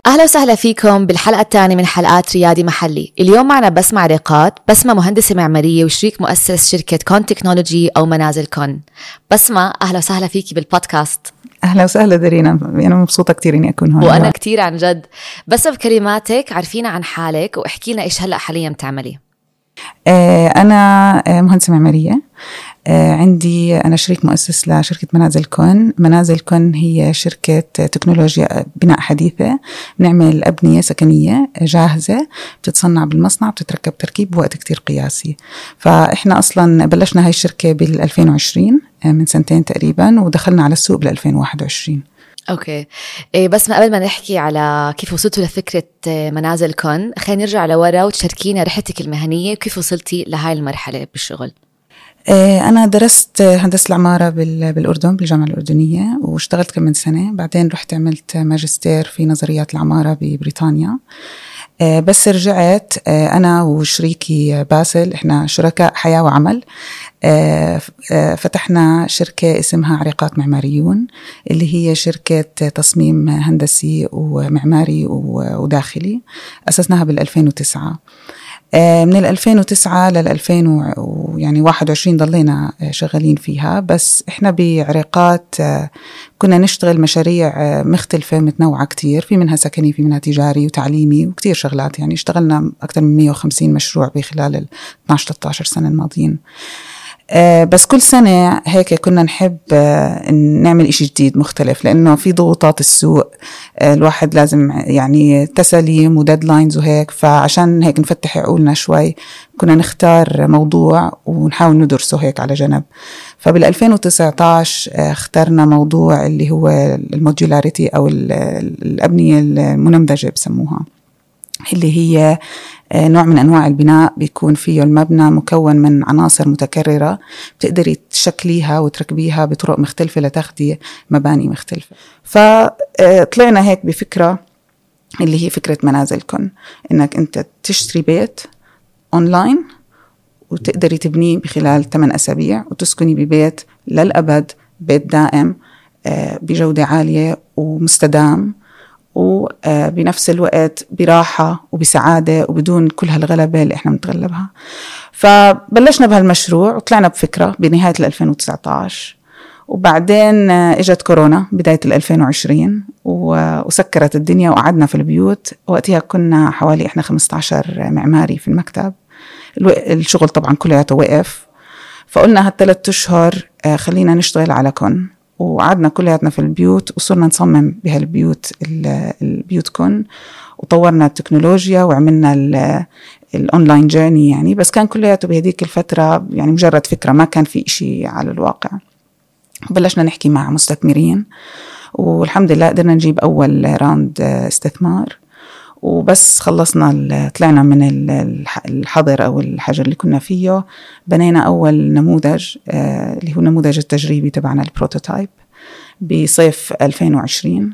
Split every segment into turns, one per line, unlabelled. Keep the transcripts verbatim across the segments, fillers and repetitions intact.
أهلا وسهلا فيكم بالحلقة الثانية من حلقات ريادي محلي. اليوم معنا بسمة عريقات. بسمة مهندسة معمارية وشريك مؤسس شركة كون تكنولوجي أو منازل كون. بسمة أهلا وسهلا فيكي بالبودكاست.
أهلا وسهلا دارينا، أنا مبسوطة كتير إني أكون هون.
وأنا كتير عن جد. بس بكلماتك عرفينا عن حالك واحكي لنا إيش هلأ حاليا بتعملي.
أنا مهندسة معمارية، عندي أنا شريك مؤسس لشركة منازل كون. منازل كون هي شركة تكنولوجيا بناء حديثة، نعمل أبنية سكنية جاهزة بتتصنع بالمصنع، بتتركب تركيب بوقت كتير قياسي. فإحنا أصلا بلشنا هاي الشركة بالألفين وعشرين، من سنتين تقريبا، ودخلنا على السوق بالألفين وواحد وعشرين.
أوكي. إيه بس ما قبل ما نحكي على كيف وصلتوا لفكرة منازل كون، خلينا نرجع لورا وتشاركينا رحلتك المهنية وكيف وصلتي لهاي المرحلة بالشغل.
أنا درست هندسة العمارة بالأردن بالجامعة الأردنية، واشتغلت كم من سنة. بعدين رحت عملت ماجستير في نظريات العمارة ببريطانيا. بس رجعت أنا وشريكي باسل، إحنا شركاء حياة وعمل، فتحنا شركة اسمها عريقات معماريون، اللي هي شركة تصميم هندسي ومعماري وداخلي. أسسناها بالألفين وتسعة. من الألفين وتسعة للألفين ويعني واحد وعشرين ضلينا شغالين فيها. بس إحنا بعريقات كنا نشتغل مشاريع مختلفة متنوعة كتير، في منها سكني، في منها تجاري وتعليمي وكتير شغلات. يعني اشتغلنا أكثر من مية وخمسين مشروع بخلال ال اثناشر ثلاثة عشر سنة الماضيين. بس كل سنة هيك كنا نحب نعمل إشي جديد مختلف، لأنه في ضغوطات السوق، الواحد لازم يعني تسليم وديدلاينز وهيك. فعشان هيك نفتح عقولنا شوي كنا نختار موضوع ونحاول ندرسه هيك على جنب. فبالألفين وتسعة عشر اخترنا موضوع اللي هو الموديولاريتي أو الأبنية المنمذجة بسموها، اللي هي نوع من أنواع البناء بيكون فيه المبنى مكون من عناصر متكررة، بتقدري تشكليها وتركبيها بطرق مختلفة لتاخدي مباني مختلفة. فطلعنا هيك بفكرة اللي هي فكرة منازل كون، إنك أنت تشتري بيت أونلاين وتقدري تبنيه بخلال ثمانية أسابيع وتسكني ببيت للأبد، بيت دائم بجودة عالية ومستدام، وبنفس الوقت براحة وبسعادة وبدون كل هالغلبة اللي احنا بنتغلبها. فبلشنا بهالمشروع وطلعنا بفكرة بنهاية ألفين وتسعة عشر، وبعدين اجت كورونا بداية ألفين وعشرين وسكرت الدنيا وقعدنا في البيوت. وقتها كنا حوالي احنا خمسة عشر معماري في المكتب، الشغل طبعا كله وقف. فقلنا هالثلاث اشهر خلينا نشتغل على كون، وقعدنا كلياتنا في البيوت وصرنا نصمم بهالبيوت البيوت كون، وطورنا التكنولوجيا وعملنا الأونلاين جيرني يعني. بس كان كلياته بهديك الفترة يعني مجرد فكرة، ما كان في إشي على الواقع. بلشنا نحكي مع مستثمرين والحمد لله قدرنا نجيب أول راوند استثمار. وبس خلصنا طلعنا من الحظر أو الحجر اللي كنا فيه، بنينا أول نموذج اللي هو النموذج التجريبي تبعنا البروتوتايب بصيف ألفين وعشرين.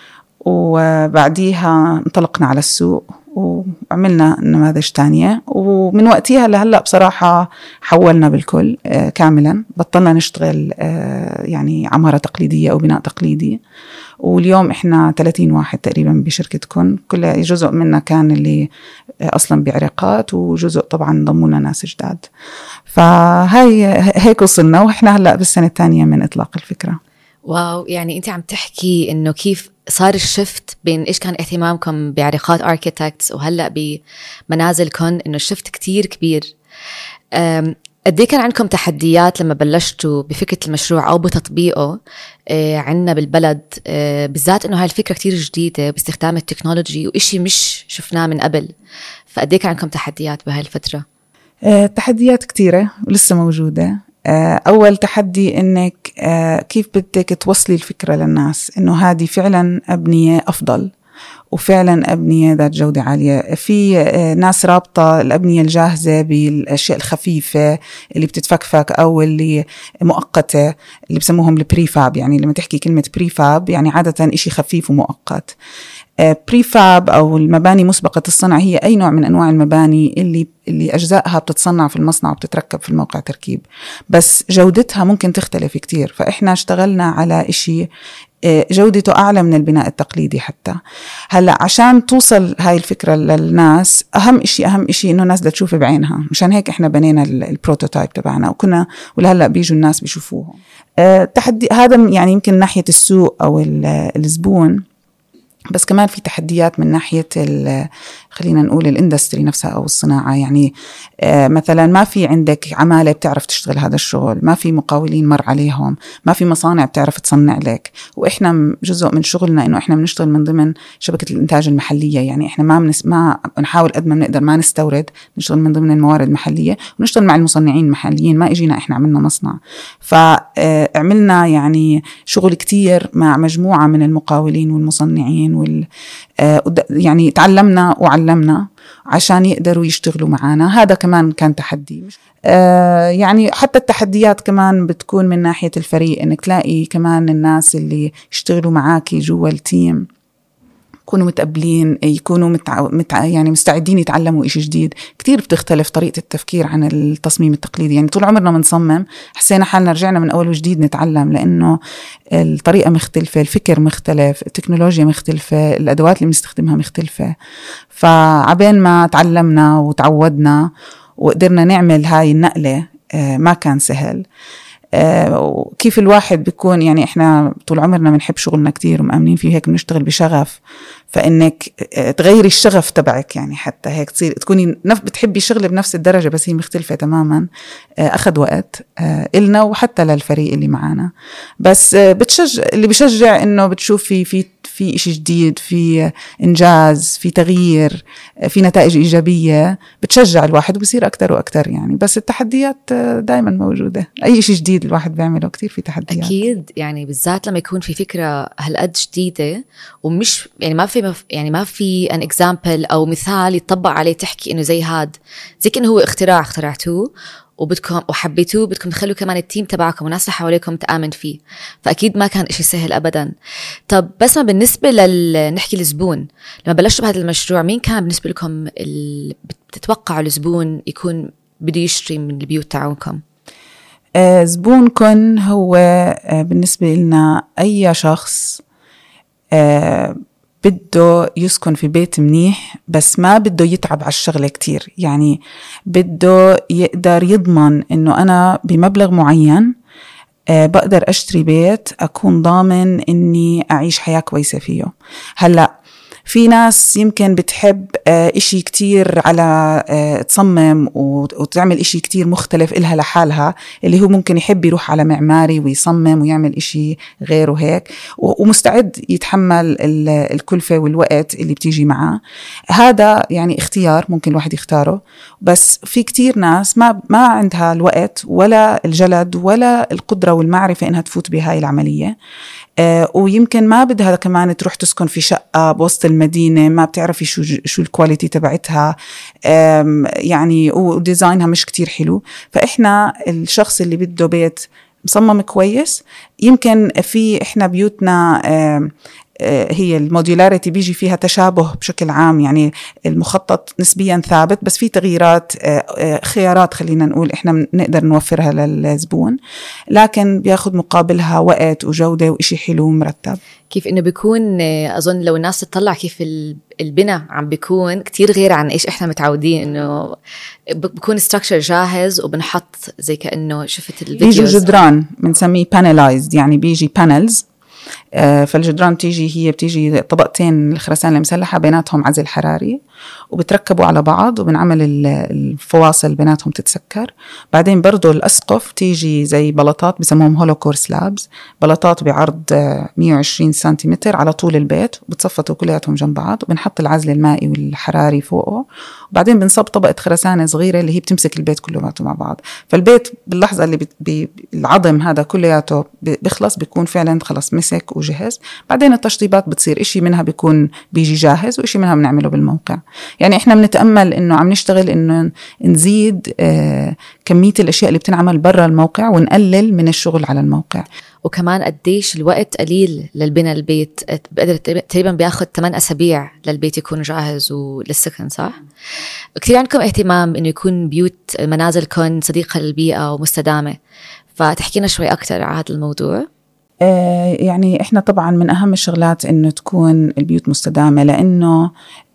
وبعديها انطلقنا على السوق وعملنا نماذج تانية، ومن وقتها لهلأ بصراحة حولنا بالكل كاملا، بطلنا نشتغل يعني عمارة تقليدية أو بناء تقليدي. واليوم إحنا ثلاثين واحد تقريبا بشركة كون، كل جزء منا كان اللي أصلا بعريقات، وجزء طبعا ضمونا ناس جداد. فهاي هيك وصلنا، وإحنا هلأ بالسنة الثانية من إطلاق الفكرة.
واو، يعني أنت عم تحكي إنه كيف صار الشفت بين إيش كان اهتمامكم بعريقات أركيتكتس وهلأ بمنازل كون، إنه الشفت كتير كبير. قديه كان عندكم تحديات لما بلشتوا بفكرة المشروع أو بتطبيقه آه عنا بالبلد، آه بالذات إنه هاي الفكرة كتير جديدة باستخدام التكنولوجي وإشي مش شفناه من قبل. فقديه كان عندكم تحديات بهاي الفترة؟
آه تحديات كتيرة ولسه موجودة. آه أول تحدي إنك آه كيف بدك توصلي الفكرة للناس إنه هذه فعلا أبنية أفضل وفعلا أبنية ذات جودة عالية. في ناس رابطة الأبنية الجاهزة بالأشياء الخفيفة اللي بتتفكفك أو اللي مؤقتة، اللي بسموهم البريفاب. يعني لما تحكي كلمة بريفاب يعني عادة إشي خفيف ومؤقت. بريفاب أو المباني مسبقة الصنع هي أي نوع من أنواع المباني اللي اللي أجزائها بتتصنع في المصنع وبتتركب في الموقع تركيب، بس جودتها ممكن تختلف كتير. فإحنا اشتغلنا على إشي جودته أعلى من البناء التقليدي حتى. هلأ عشان توصل هاي الفكرة للناس أهم إشي أهم إشي إنه الناس دا تشوف بعينها، مشان هيك إحنا بنينا البروتوتايب تبعنا وكنا ولهلأ بيجوا الناس بيشوفوه. أه تحدي هذا يعني يمكن ناحية السوق أو الزبون، بس كمان في تحديات من ناحية خلينا نقول الاندستري نفسها أو الصناعة. يعني مثلا ما في عندك عمالة بتعرف تشتغل هذا الشغل، ما في مقاولين مر عليهم، ما في مصانع بتعرف تصنع لك. وإحنا جزء من شغلنا إنه إحنا بنشتغل من ضمن شبكة الإنتاج المحلية، يعني إحنا ما بنس ما بنحاول قد ما بنقدر ما نستورد، نشتغل من ضمن الموارد المحلية ونشتغل مع المصنعين المحليين. ما إجينا إحنا عملنا مصنع، فعملنا يعني شغل كتير مع مجموعة من المقاولين والمصنعين وال يعني تعلمنا وعلمنا عشان يقدروا يشتغلوا معنا. هذا كمان كان تحدي. يعني حتى التحديات كمان بتكون من ناحية الفريق، انك تلاقي كمان الناس اللي يشتغلوا معاكي جوا التيم يكونوا متقبلين، يكونوا متع... متع... يعني مستعدين يتعلموا إشي جديد. كتير بتختلف طريقة التفكير عن التصميم التقليدي. يعني طول عمرنا بنصمم، حسينا حالنا رجعنا من أول وجديد نتعلم، لأنه الطريقة مختلفة، الفكر مختلف، التكنولوجيا مختلفة، الأدوات اللي بنستخدمها مختلفة. فعبين ما تعلمنا وتعودنا وقدرنا نعمل هاي النقلة ما كان سهل. كيف الواحد بيكون، يعني إحنا طول عمرنا بنحب شغلنا كتير ومأمنين فيه، هيك بنشتغل بشغف. فإنك تغيري الشغف تبعك، يعني حتى هيك تصير تكوني نف بتحبي شغل بنفس الدرجة بس هي مختلفة تماما. أخذ وقت إلنا وحتى للفريق اللي معانا. بس بتشجع، اللي بيشجع إنه بتشوفي في في إشي جديد، في إنجاز، في تغيير، في نتائج إيجابية، بتشجع الواحد وبصير أكتر وأكتر يعني. بس التحديات دايما موجودة، أي إشي جديد الواحد بيعمله كتير في تحديات.
أكيد، يعني بالذات لما يكون في فكرة هالقد جديدة ومش يعني ما في يعني ما في an example أو مثال يتطبق عليه تحكي إنه زي هاد، زي كأنه هو اختراع اخترعتوه وبدكم وحبيتوه، بدكم تخلوا كمان التيم تبعكم والناس اللي حواليكم تآمن فيه. فأكيد ما كان إشي سهل أبدا. طب بس ما بالنسبة لل نحكي الزبون، لما بلشتوا بهذا المشروع مين كان بالنسبة لكم ال... بتتوقعوا الزبون يكون بده يشتري من البيوت تاعوكم؟
آه زبونكم هو آه بالنسبة لنا أي شخص آه بده يسكن في بيت منيح، بس ما بده يتعب على الشغلة كتير. يعني بده يقدر يضمن إنه أنا بمبلغ معين أه بقدر أشتري بيت أكون ضامن إني أعيش حياة كويسة فيه. هلأ في ناس يمكن بتحب إشي كتير على تصمم وتعمل إشي كتير مختلف إلها لحالها، اللي هو ممكن يحب يروح على معماري ويصمم ويعمل إشي غيره هيك، ومستعد يتحمل الكلفة والوقت اللي بتيجي معه. هذا يعني اختيار ممكن الواحد يختاره. بس في كتير ناس ما ما عندها الوقت ولا الجلد ولا القدرة والمعرفة إنها تفوت بهاي العملية. آه ويمكن ما بدها كمان تروح تسكن في شقة بوسط المدينة، ما بتعرفي شو شو الكواليتي تبعتها، يعني وديزاينها مش كتير حلو. فإحنا الشخص اللي بده بيت مصمم كويس، يمكن في إحنا بيوتنا آه هي الموديولاريتي بيجي فيها تشابه بشكل عام، يعني المخطط نسبيا ثابت بس في تغييرات خيارات خلينا نقول إحنا نقدر نوفرها للزبون، لكن بياخد مقابلها وقت وجودة وإشي حلو ومرتب.
كيف إنه بيكون أظن لو الناس تطلع كيف البناء عم بيكون كتير غير عن إيش إحنا متعودين، إنه بيكون ستراكشر جاهز وبنحط زي كأنه شفت الفيديوز
بيجي جدران بنسميه panelized، يعني بيجي panels. فالجدران تيجي هي بتيجي طبقتين الخرسانة المسلحة بيناتهم عزل حراري وبتركبوا على بعض وبنعمل الفواصل بيناتهم تتسكر. بعدين برضو الأسقف تيجي زي بلطات بسموهم هولوكور سلابز، بلطات بعرض مية وعشرين سنتيمتر على طول البيت، بتصفطوا كلياتهم جنب بعض وبنحط العزل المائي والحراري فوقه. وبعدين بنصب طبقة خرسانة صغيرة اللي هي بتمسك البيت كله مع بعض. فالبيت باللحظة اللي بالعظم هذا كلياته بيخلص بيكون فعلا خلص مسك وجهز. بعدين التشطيبات بتصير إشي منها بيكون بيجي جاهز وإشي منها بنعمله بالموقع. يعني إحنا بنتأمل إنه عم نشتغل إنه نزيد آه كمية الأشياء اللي بتنعمل برا الموقع ونقلل من الشغل على الموقع.
وكمان قديش الوقت قليل للبناء البيت، بقدر تقريبا بياخد ثمان أسابيع للبيت يكون جاهز وللسكن، صح؟ كثير عندكم اهتمام إنه يكون بيوت منازلكم صديقة للبيئة ومستدامة، فتحكينا شوي أكتر على هذا الموضوع.
آه يعني إحنا طبعا من أهم الشغلات إنه تكون البيوت مستدامة، لأنه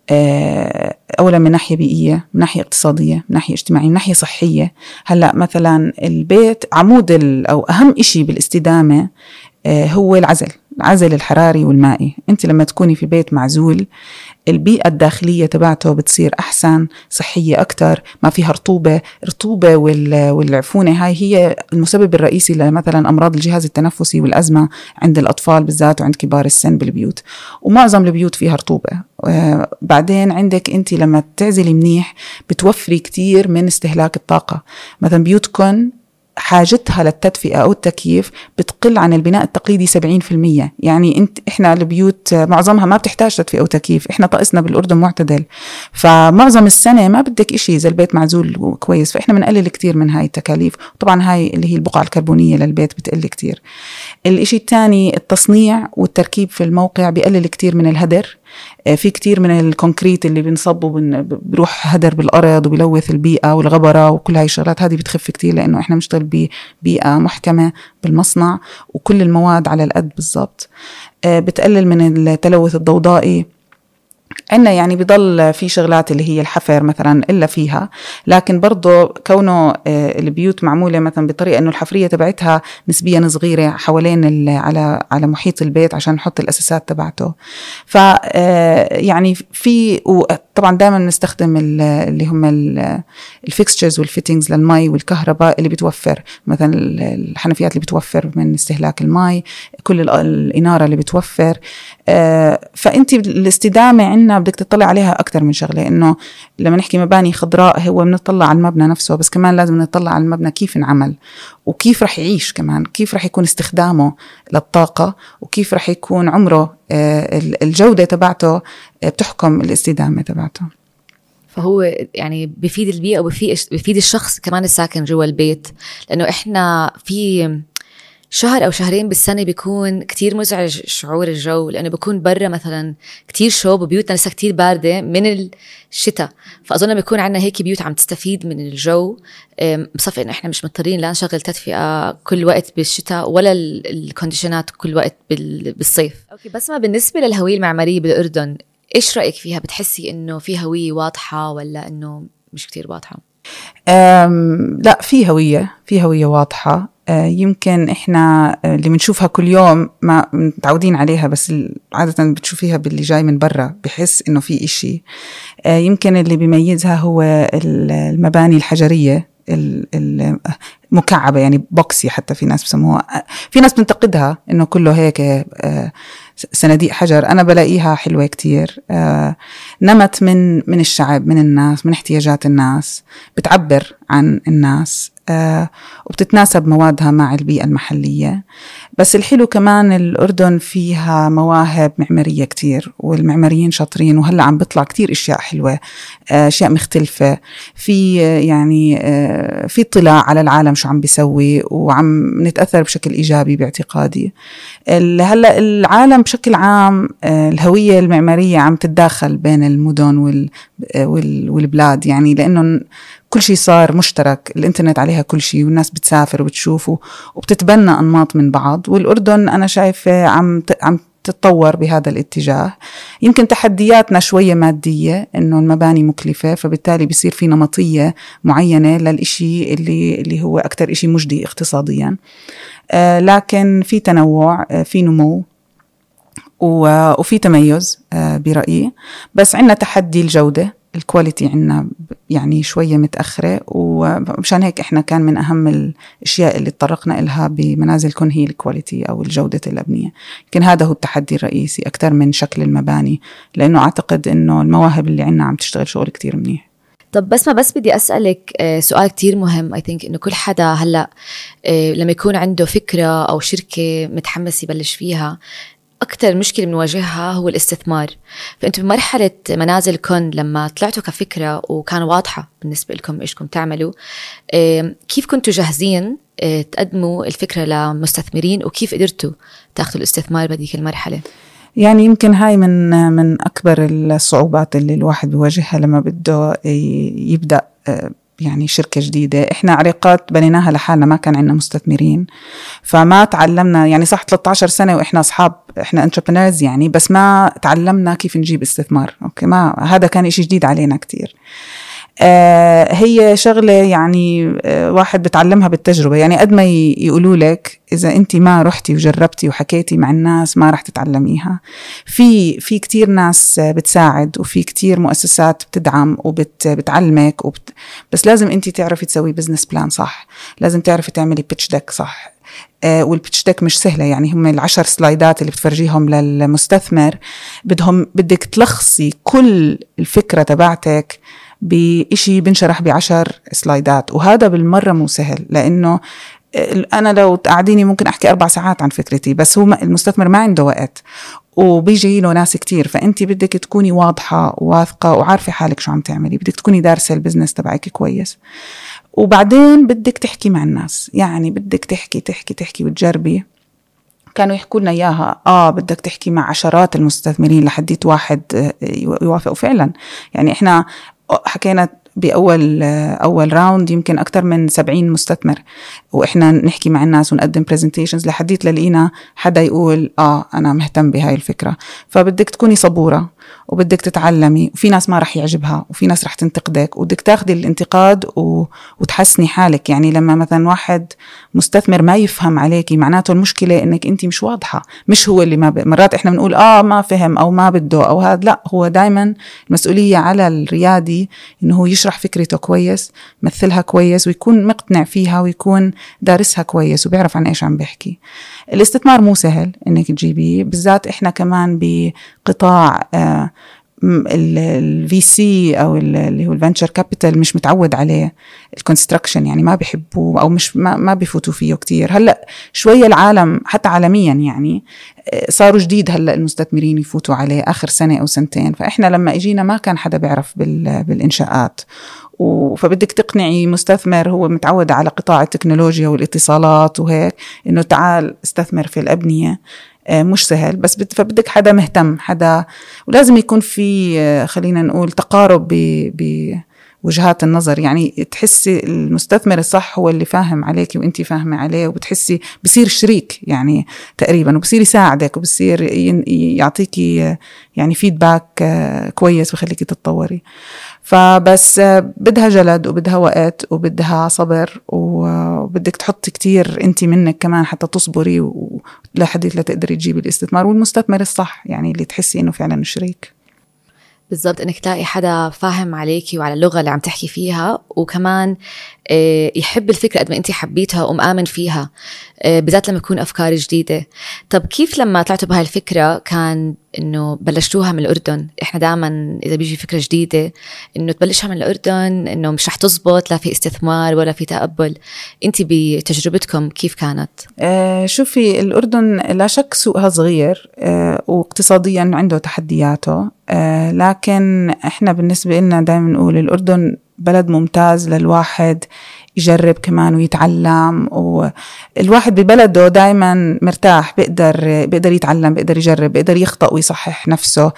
آه أولا من ناحية بيئية، من ناحية اقتصادية، من ناحية اجتماعية، من ناحية صحية. هلأ مثلا البيت عمود أو أهم إشي بالاستدامة آه هو العزل، العزل الحراري والمائي. أنت لما تكوني في بيت معزول البيئة الداخلية تبعته بتصير أحسن، صحية أكتر، ما فيها رطوبة. رطوبة والعفونة هاي هي المسبب الرئيسي لمثلا أمراض الجهاز التنفسي والأزمة عند الأطفال بالذات وعند كبار السن بالبيوت، ومعظم البيوت فيها رطوبة. آه بعدين عندك أنت لما تعزلي منيح بتوفري كتير من استهلاك الطاقة. مثلا بيوتكن حاجتها للتدفئة أو التكييف بتقل عن البناء التقليدي سبعين بالمية. يعني انت احنا البيوت معظمها ما بتحتاج تدفئة وتكييف، احنا طقسنا بالأردن معتدل، فمعظم السنة ما بدك إشي إذا البيت معزول كويس، فاحنا بنقلل كتير من هاي التكاليف. طبعا هاي اللي هي البقعة الكربونية للبيت بتقل كتير. الإشي الثاني التصنيع والتركيب في الموقع بيقلل كتير من الهدر. في كتير من الكونكريت اللي بنصبه بروح هدر بالأرض وبيلوث البيئة والغبرة، وكل هاي الشغلات هذه بتخف كتير لأنه إحنا بنشتغل ببيئة محكمة بالمصنع وكل المواد على القد بالضبط. بتقلل من التلوث الضوضائي. عنا يعني بضل في شغلات اللي هي الحفر مثلا إلا فيها، لكن برضو كونه البيوت معمولة مثلا بطريقة إنه الحفرية تبعتها نسبيا صغيرة حوالين على على محيط البيت عشان نحط الأساسات تبعته. ف يعني في طبعا دائما نستخدم اللي هم الفيكستشرز والفيتينجز للمي والكهرباء اللي بتوفر، مثلا الحنفيات اللي بتوفر من استهلاك المي، كل الإنارة اللي بتوفر. فأنت الاستدامة عندنا بدك تطلع عليها أكتر من شغلة. إنه لما نحكي مباني خضراء هو بنطلع على المبنى نفسه، بس كمان لازم نطلع على المبنى كيف نعمل وكيف رح يعيش، كمان كيف رح يكون استخدامه للطاقة وكيف رح يكون عمره. الجودة تبعته بتحكم الاستدامة تبعته.
فهو يعني بيفيد البيئة وبيفيد الشخص كمان الساكن جوا البيت، لأنه إحنا في شهر أو شهرين بالسنة بيكون كتير مزعج شعور الجو، لأنه بيكون برا مثلا كتير شوب وبيوتنا لسه كتير باردة من الشتاء. فأظن بيكون عنا هيك بيوت عم تستفيد من الجو، بصفي إنه إحنا مش مضطرين لا نشغل تدفئة كل وقت بالشتاء ولا الكونديشنات كل وقت بالصيف. أوكي، بس ما بالنسبة للهوية المعمارية بالأردن إيش رأيك فيها؟ بتحسي إنه في هوية واضحة ولا إنه مش كتير واضحة؟
لا، في هوية في هوية واضحة. يمكن إحنا اللي بنشوفها كل يوم ما متعودين عليها، بس عادة بتشوفيها باللي جاي من برا بحس إنه في إشي. يمكن اللي بيميزها هو المباني الحجرية المكعبة، يعني بوكسي حتى في ناس بسموها، في ناس بنتقدها إنه كله هيك صناديق حجر. أنا بلاقيها حلوة كتير، نمت من من الشعب، من الناس، من احتياجات الناس، بتعبر عن الناس وبتتناسب موادها مع البيئة المحلية. بس الحلو كمان الأردن فيها مواهب معمارية كتير، والمعماريين شاطرين، وهلأ عم بطلع كتير أشياء حلوة، أشياء مختلفة. في يعني في اطلاع على العالم شو عم بيسوي، وعم نتأثر بشكل إيجابي باعتقادي. هلأ العالم بشكل عام الهوية المعمارية عم تتداخل بين المدن والبلاد، يعني لأنه كل شيء صار مشترك، الانترنت عليها كل شيء، والناس بتسافر وبتشوفه وبتتبنى أنماط من بعض. والأردن أنا شايفة عم عم تتطور بهذا الاتجاه. يمكن تحدياتنا شوية مادية، إنه المباني مكلفة، فبالتالي بيصير في نمطية معينة للإشي اللي اللي هو أكتر إشي مجدي اقتصاديا. آه لكن في تنوع، آه في نمو، وفي تميز آه برأيي. بس عنا تحدي الجودة، الكواليتي عنا يعني شوية متأخرة، ومشان هيك إحنا كان من أهم الأشياء اللي اتطرقنا إلها بمنازلكم هي الكواليتي أو الجودة الأبنية. يمكن هذا هو التحدي الرئيسي أكتر من شكل المباني، لأنه أعتقد إنه المواهب اللي عنا عم تشتغل شغل كتير منيح.
طب بس ما بس بدي أسألك سؤال كتير مهم. I think إنه كل حدا هلأ لما يكون عنده فكرة أو شركة متحمس يبلش فيها، أكتر مشكلة بنواجهها هو الاستثمار. فأنتوا بمرحلة منازلكم لما طلعتوا كفكرة وكان واضحة بالنسبة لكم إيشكم تعملوا، كيف كنتوا جاهزين تقدموا الفكرة لمستثمرين، وكيف قدرتوا تأخذوا الاستثمار بهذيك المرحلة؟
يعني يمكن هاي من من أكبر الصعوبات اللي الواحد بيواجهها لما بده يبدأ يعني شركة جديدة. إحنا عريقات بنيناها لحالنا، ما كان عندنا مستثمرين، فما تعلمنا يعني صح ثلاثة عشر سنة وإحنا أصحاب، إحنا entrepreneurs يعني، بس ما تعلمنا كيف نجيب استثمار. أوكي، ما هذا كان إشي جديد علينا كتير. آه هي شغلة يعني آه واحد بتعلمها بالتجربة. يعني قد ما يقولوا لك إذا أنت ما رحتي وجربتي وحكيتي مع الناس ما رح تتعلميها. في في كتير ناس بتساعد، وفي كتير مؤسسات بتدعم وبتعلمك وبت... بس لازم أنت تعرفي تسوي بزنس بلان صح، لازم تعرفي تعملي بيتش ديك صح. آه والبيتش ديك مش سهلة، يعني هم العشر سلايدات اللي بتفرجيهم للمستثمر بدهم بدك تلخصي كل الفكرة تبعتك بإشي بنشرح بعشر سلايدات، وهذا بالمرة مو سهل، لأنه أنا لو تقعديني ممكن أحكي أربع ساعات عن فكرتي، بس هو المستثمر ما عنده وقت وبيجي له ناس كتير، فأنت بدك تكوني واضحة وواثقة وعارفة حالك شو عم تعملي، بدك تكوني دارسة البزنس تبعك كويس، وبعدين بدك تحكي مع الناس. يعني بدك تحكي تحكي تحكي وتجربي. كانوا يحكوا لنا إياها آه بدك تحكي مع عشرات المستثمرين لحديت واحد يوافق. فعلا يعني إحنا حكينا بأول أول راوند يمكن أكتر من سبعين مستثمر، وإحنا نحكي مع الناس ونقدم presentations لحديت للقينا حدا يقول آه أنا مهتم بهاي الفكرة. فبدك تكوني صبورة وبدك تتعلمي، وفي ناس ما رح يعجبها وفي ناس رح تنتقدك، ودك تاخدي الانتقاد و... وتحسني حالك. يعني لما مثلا واحد مستثمر ما يفهم عليكي معناته المشكلة إنك أنت مش واضحة، مش هو اللي ما ب... مرات إحنا بنقول آه ما فهم أو ما بده أو هذا، لا، هو دايما المسؤولية على الريادي إنه هو يشرح فكرته كويس، مثلها كويس، ويكون مقتنع فيها ويكون دارسها كويس وبيعرف عن إيش عم بيحكي. الاستثمار مو سهل إنك تجيبيه، بالذات إحنا كمان بقطاع آه الفي سي او اللي هو الفنتشر كابيتال مش متعود عليه، الكونستراكشن يعني ما بيحبوه او مش ما, ما بيفوتوا فيه كتير. هلا شويه العالم حتى عالميا يعني صاروا جديد هلا المستثمرين يفوتوا عليه اخر سنه او سنتين. فاحنا لما اجينا ما كان حدا بيعرف بالانشاءات، فبدك تقنعي مستثمر هو متعود على قطاع التكنولوجيا والاتصالات وهيك انه تعال استثمر في الابنيه، مش سهل. بس فبدك حدا مهتم، حدا، ولازم يكون في خلينا نقول تقارب بوجهات النظر. يعني تحسي المستثمر الصح هو اللي فاهم عليك وانتي فاهمة عليه، وبتحسي بصير شريك يعني تقريبا، وبصير يساعدك وبصير يعطيكي يعني فيدباك كويس ويخليكي تتطوري. فبس بدها جلد وبدها وقت وبدها صبر، وبدك تحطي كتير انتي منك كمان حتى تصبري لحديث لا تقدري تجيبي الاستثمار والمستثمر الصح، يعني اللي تحسي انه فعلا شريك.
بالضبط، انك تلاقي حدا فاهم عليكي وعلى اللغة اللي عم تحكي فيها، وكمان يحب الفكرة قد ما انتي حبيتها ومآمن فيها، بالذات لما يكون أفكار جديدة. طب كيف لما طلعتوا بهاي الفكرة كان إنه بلشتوها من الأردن؟ إحنا دائما إذا بيجي فكرة جديدة إنه تبلشها من الأردن إنه مش رح تزبط، لا في استثمار ولا في تقبل. انتي بتجربتكم كيف كانت؟
آه شوفي، الأردن لا شك سوقها صغير آه واقتصاديا عنده تحدياته، آه لكن إحنا بالنسبة لنا دائما نقول الأردن بلد ممتاز للواحد يجرب كمان ويتعلم، والواحد ببلده دايما مرتاح، بيقدر بيقدر يتعلم، بيقدر يجرب، بيقدر يخطأ ويصحح نفسه.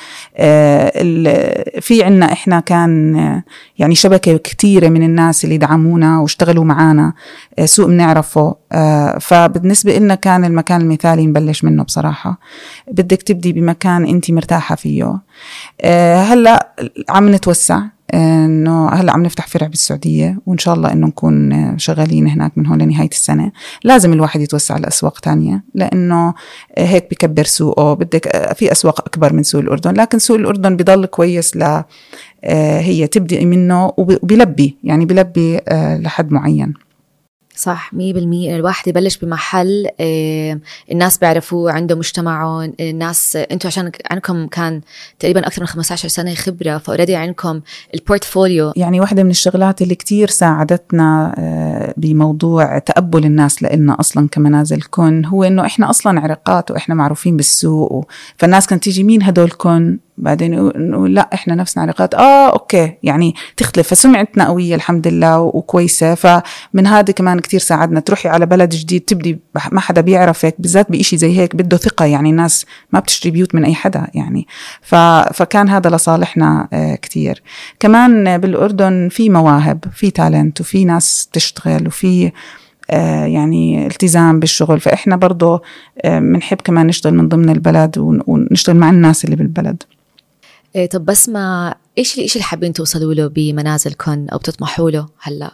في عنا إحنا كان يعني شبكة كتيرة من الناس اللي دعمونا واشتغلوا معانا، سوق بنعرفه، فبالنسبة لنا كان المكان المثالي نبلش منه بصراحة. بدك تبدي بمكان انتي مرتاحة فيه. هلأ عم نتوسع، إنه هلأ عم نفتح فرع بالسعودية، وإن شاء الله إنه نكون شغالين هناك من هون لنهاية السنة. لازم الواحد يتوسع لأسواق تانية، لأنه هيك بيكبر سوقه. بدك في أسواق أكبر من سوق الأردن، لكن سوق الأردن بيضل كويس ل هي تبدأ منه وبيلبي، يعني بيلبي لحد معين.
صح، مية بالمية. الواحد يبلش بمحل الناس بيعرفوه، عنده مجتمعهم الناس. انتوا عشان عنكم كان تقريبا أكثر من خمسة عشر سنة خبرة، فأوريدي عنكم البورتفوليو.
يعني واحدة من الشغلات اللي كتير ساعدتنا بموضوع تقبل الناس لإلنا أصلا كمنازل كن هو إنه إحنا أصلا عرقات وإحنا معروفين بالسوق، فالناس كانت تيجي مين هدول كن بعدين نقول لا إحنا نفسنا علاقات آه أوكي يعني تختلف، فسمعتنا قوية الحمد لله وكويسة. فمن هذا كمان كتير ساعدنا. تروحي على بلد جديد تبدي ما حدا بيعرفك، بالذات بإشي زي هيك بده ثقة، يعني الناس ما بتشتري بيوت من أي حدا يعني. فكان هذا لصالحنا كتير. كمان بالأردن في مواهب، في تالنت، وفي ناس تشتغل، وفي يعني التزام بالشغل. فإحنا برضو منحب كمان نشتغل من ضمن البلد ونشتغل مع الناس اللي بالبلد.
إيه طب بسمة، إيش الإشي اللي حابين توصلوا له بمنازلكم أو بتطمحوا له هلأ؟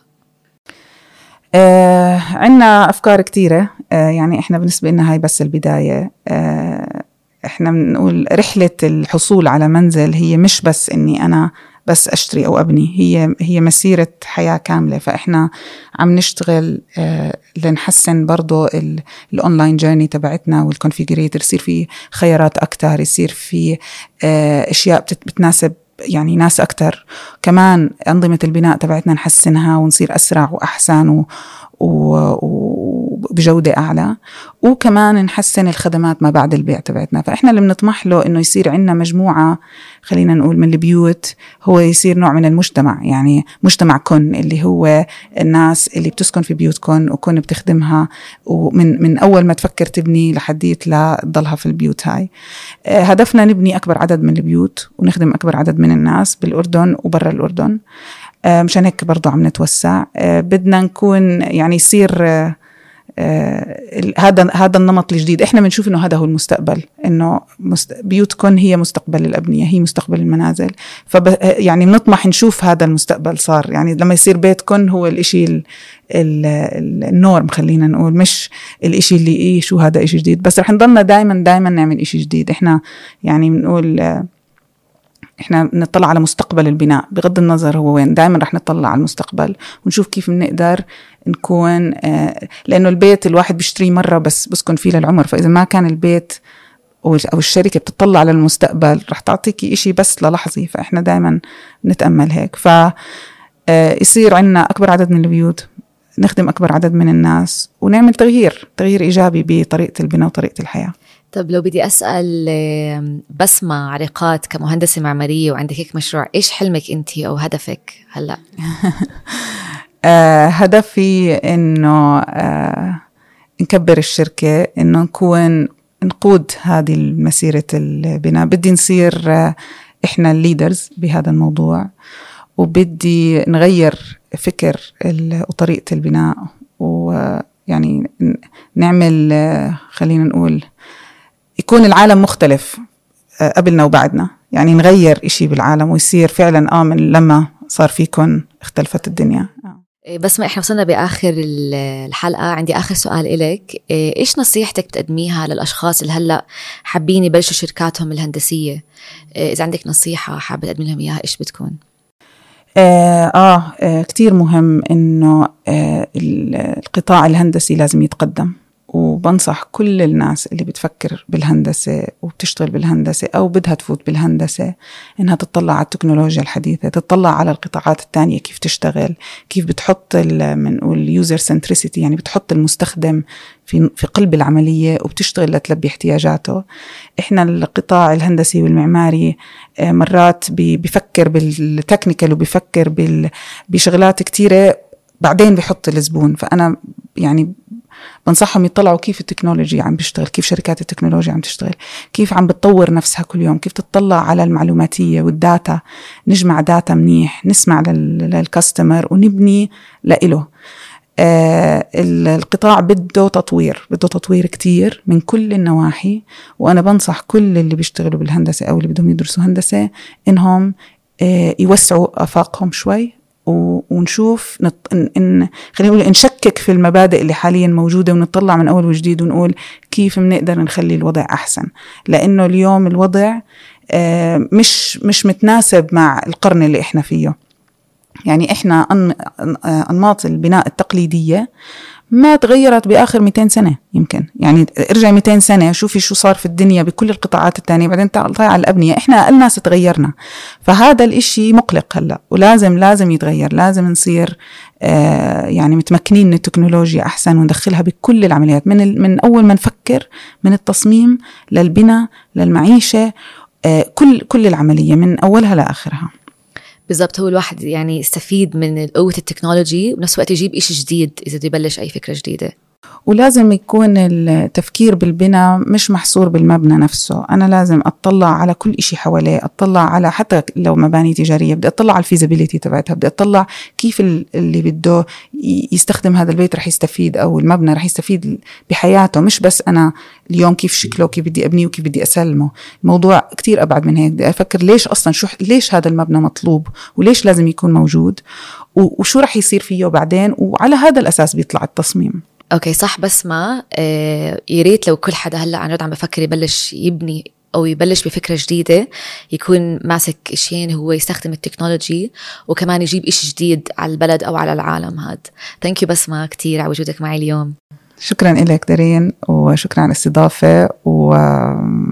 آه عنا أفكار كتيرة. آه يعني إحنا بالنسبة لنا هاي بس البداية. آه إحنا بنقول رحلة الحصول على منزل هي مش بس إني أنا بس أشتري أو أبني، هي هي مسيرة حياة كاملة. فإحنا عم نشتغل آه لنحسن برضو الأونلاين جيرني تبعتنا والكونفيجريتر، يصير في خيارات أكتر، يصير في آه أشياء بتناسب يعني ناس أكتر. كمان أنظمة البناء تبعتنا نحسنها ونصير أسرع وأحسن و وبجودة أعلى، وكمان نحسن الخدمات ما بعد البيع تبعتنا. فإحنا اللي بنطمح له إنه يصير عندنا مجموعة، خلينا نقول من البيوت، هو يصير نوع من المجتمع، يعني مجتمع كن اللي هو الناس اللي بتسكن في بيوت كن وكن بتخدمها، ومن من أول ما تفكر تبني لحديت لا تضلها في البيوت هاي. هدفنا نبني أكبر عدد من البيوت ونخدم أكبر عدد من الناس بالأردن وبرا الأردن. مشان هيك برضو عم نتوسع. بدنا نكون يعني يصير هذا هذا النمط الجديد. احنا بنشوف انه هذا هو المستقبل، انه بيوتكن هي مستقبل الابنيه، هي مستقبل المنازل. فب يعني بنطمح نشوف هذا المستقبل صار، يعني لما يصير بيتكن هو الاشي ال ال النورم، خلينا نقول، مش الاشي اللي ايه شو هذا اشي جديد. بس رح نضلنا دائما دائما نعمل اشي جديد. احنا يعني بنقول احنا نطلع على مستقبل البناء بغض النظر هو وين. دائما رح نطلع على المستقبل ونشوف كيف بنقدر نكون، لانه البيت الواحد بيشتري مره بس بسكن فيه للعمر. فاذا ما كان البيت او الشركه بتطلع على المستقبل رح تعطيكي اشي بس للحظه. فاحنا دائما نتامل هيك. ف يصير عندنا اكبر عدد من البيوت، نخدم اكبر عدد من الناس، ونعمل تغيير تغيير ايجابي بطريقه البناء وطريقه الحياه.
طب لو بدي أسأل بسمة عريقات كمهندسة معمارية وعندك هيك مشروع، إيش حلمك أنت أو هدفك هلأ؟
آه هدفي إنه آه نكبر الشركة، إنه نكون نقود هذه المسيرة البناء. بدي نصير آه إحنا الليدرز بهذا الموضوع، وبدي نغير فكر وطريقة البناء، ويعني نعمل آه خلينا نقول يكون العالم مختلف قبلنا وبعدنا، يعني نغير إشي بالعالم ويصير فعلا آمن لما صار فيكن اختلفت الدنيا.
بس ما إحنا وصلنا بآخر الحلقة، عندي آخر سؤال إلك. إيش نصيحتك بتقدميها للأشخاص اللي هلأ حابين يبلشوا شركاتهم الهندسية؟ إذا عندك نصيحة حابة تقدمي لهم إياها إيش بتكون؟
آه, آه كتير مهم إنه آه القطاع الهندسي لازم يتقدم. وبنصح كل الناس اللي بتفكر بالهندسة وبتشتغل بالهندسة أو بدها تفوت بالهندسة إنها تطلع على التكنولوجيا الحديثة، تطلع على القطاعات التانية كيف تشتغل، كيف بتحط من user centricity، يعني بتحط المستخدم في في قلب العملية وبتشتغل لتلبي احتياجاته. إحنا القطاع الهندسي والمعماري مرات بيفكر بالتكنيكال وبيفكر بشغلات كتيرة بعدين بيحط الزبون. فأنا يعني بنصحهم يطلعوا كيف التكنولوجيا عم بيشتغل، كيف شركات التكنولوجيا عم تشتغل، كيف عم بتطور نفسها كل يوم، كيف تطلع على المعلوماتية والداتا، نجمع داتا منيح، نسمع للكاستمر ونبني لإله. آه القطاع بده تطوير، بده تطوير كتير من كل النواحي. وأنا بنصح كل اللي بيشتغلوا بالهندسة أو اللي بدهم يدرسوا هندسة إنهم آه يوسعوا آفاقهم شوي، ونشوف نط... إن... خلينا نقول نشكك في المبادئ اللي حاليا موجودة ونطلع من أول وجديد ونقول كيف بنقدر نخلي الوضع أحسن. لأنه اليوم الوضع مش مش متناسب مع القرن اللي إحنا فيه. يعني إحنا أن... أنماط البناء التقليدية ما تغيرت بآخر مئتين سنة يمكن. يعني ارجع مئتين سنة شوفي شو صار في الدنيا بكل القطاعات التانية، بعدين طلع على الأبنية. إحنا أقل ناس تغيرنا. فهذا الإشي مقلق هلأ، ولازم لازم يتغير. لازم نصير آه يعني متمكنين من التكنولوجيا أحسن وندخلها بكل العمليات، من من أول ما نفكر، من التصميم للبناء للمعيشة. كل كل العملية من أولها لآخرها.
بالضبط. هو الواحد يعني يستفيد من قوة التكنولوجي ونفس الوقت يجيب إشي جديد إذا بده يبلش أي فكرة جديدة.
ولازم يكون التفكير بالبناء مش محصور بالمبنى نفسه. أنا لازم أطلع على كل إشي حواليه، أطلع على حتى لو مباني تجارية بدي أطلع على الفيزابيليتي تبعتها، بدي أطلع كيف اللي بده يستخدم هذا البيت رح يستفيد أو المبنى رح يستفيد بحياته، مش بس أنا اليوم كيف شكله كيف بدي أبنيه وكيف بدي أسلمه. الموضوع كتير أبعد من هيك. بدي أفكر ليش أصلا شو ليش هذا المبنى مطلوب وليش لازم يكون موجود وشو رح يصير فيه بعدين، وعلى هذا الأساس بيطلع التصميم.
اوكي صح. بس ما آه يريت لو كل حدا هلا عن جد عم بفكر يبلش يبني او يبلش بفكره جديده يكون ماسك شيء هو يستخدم التكنولوجي وكمان يجيب إشي جديد على البلد او على العالم. هاد ثانك يو بسمة كتير على وجودك معي اليوم.
شكرا لك دارين، وشكرا على الاستضافه، و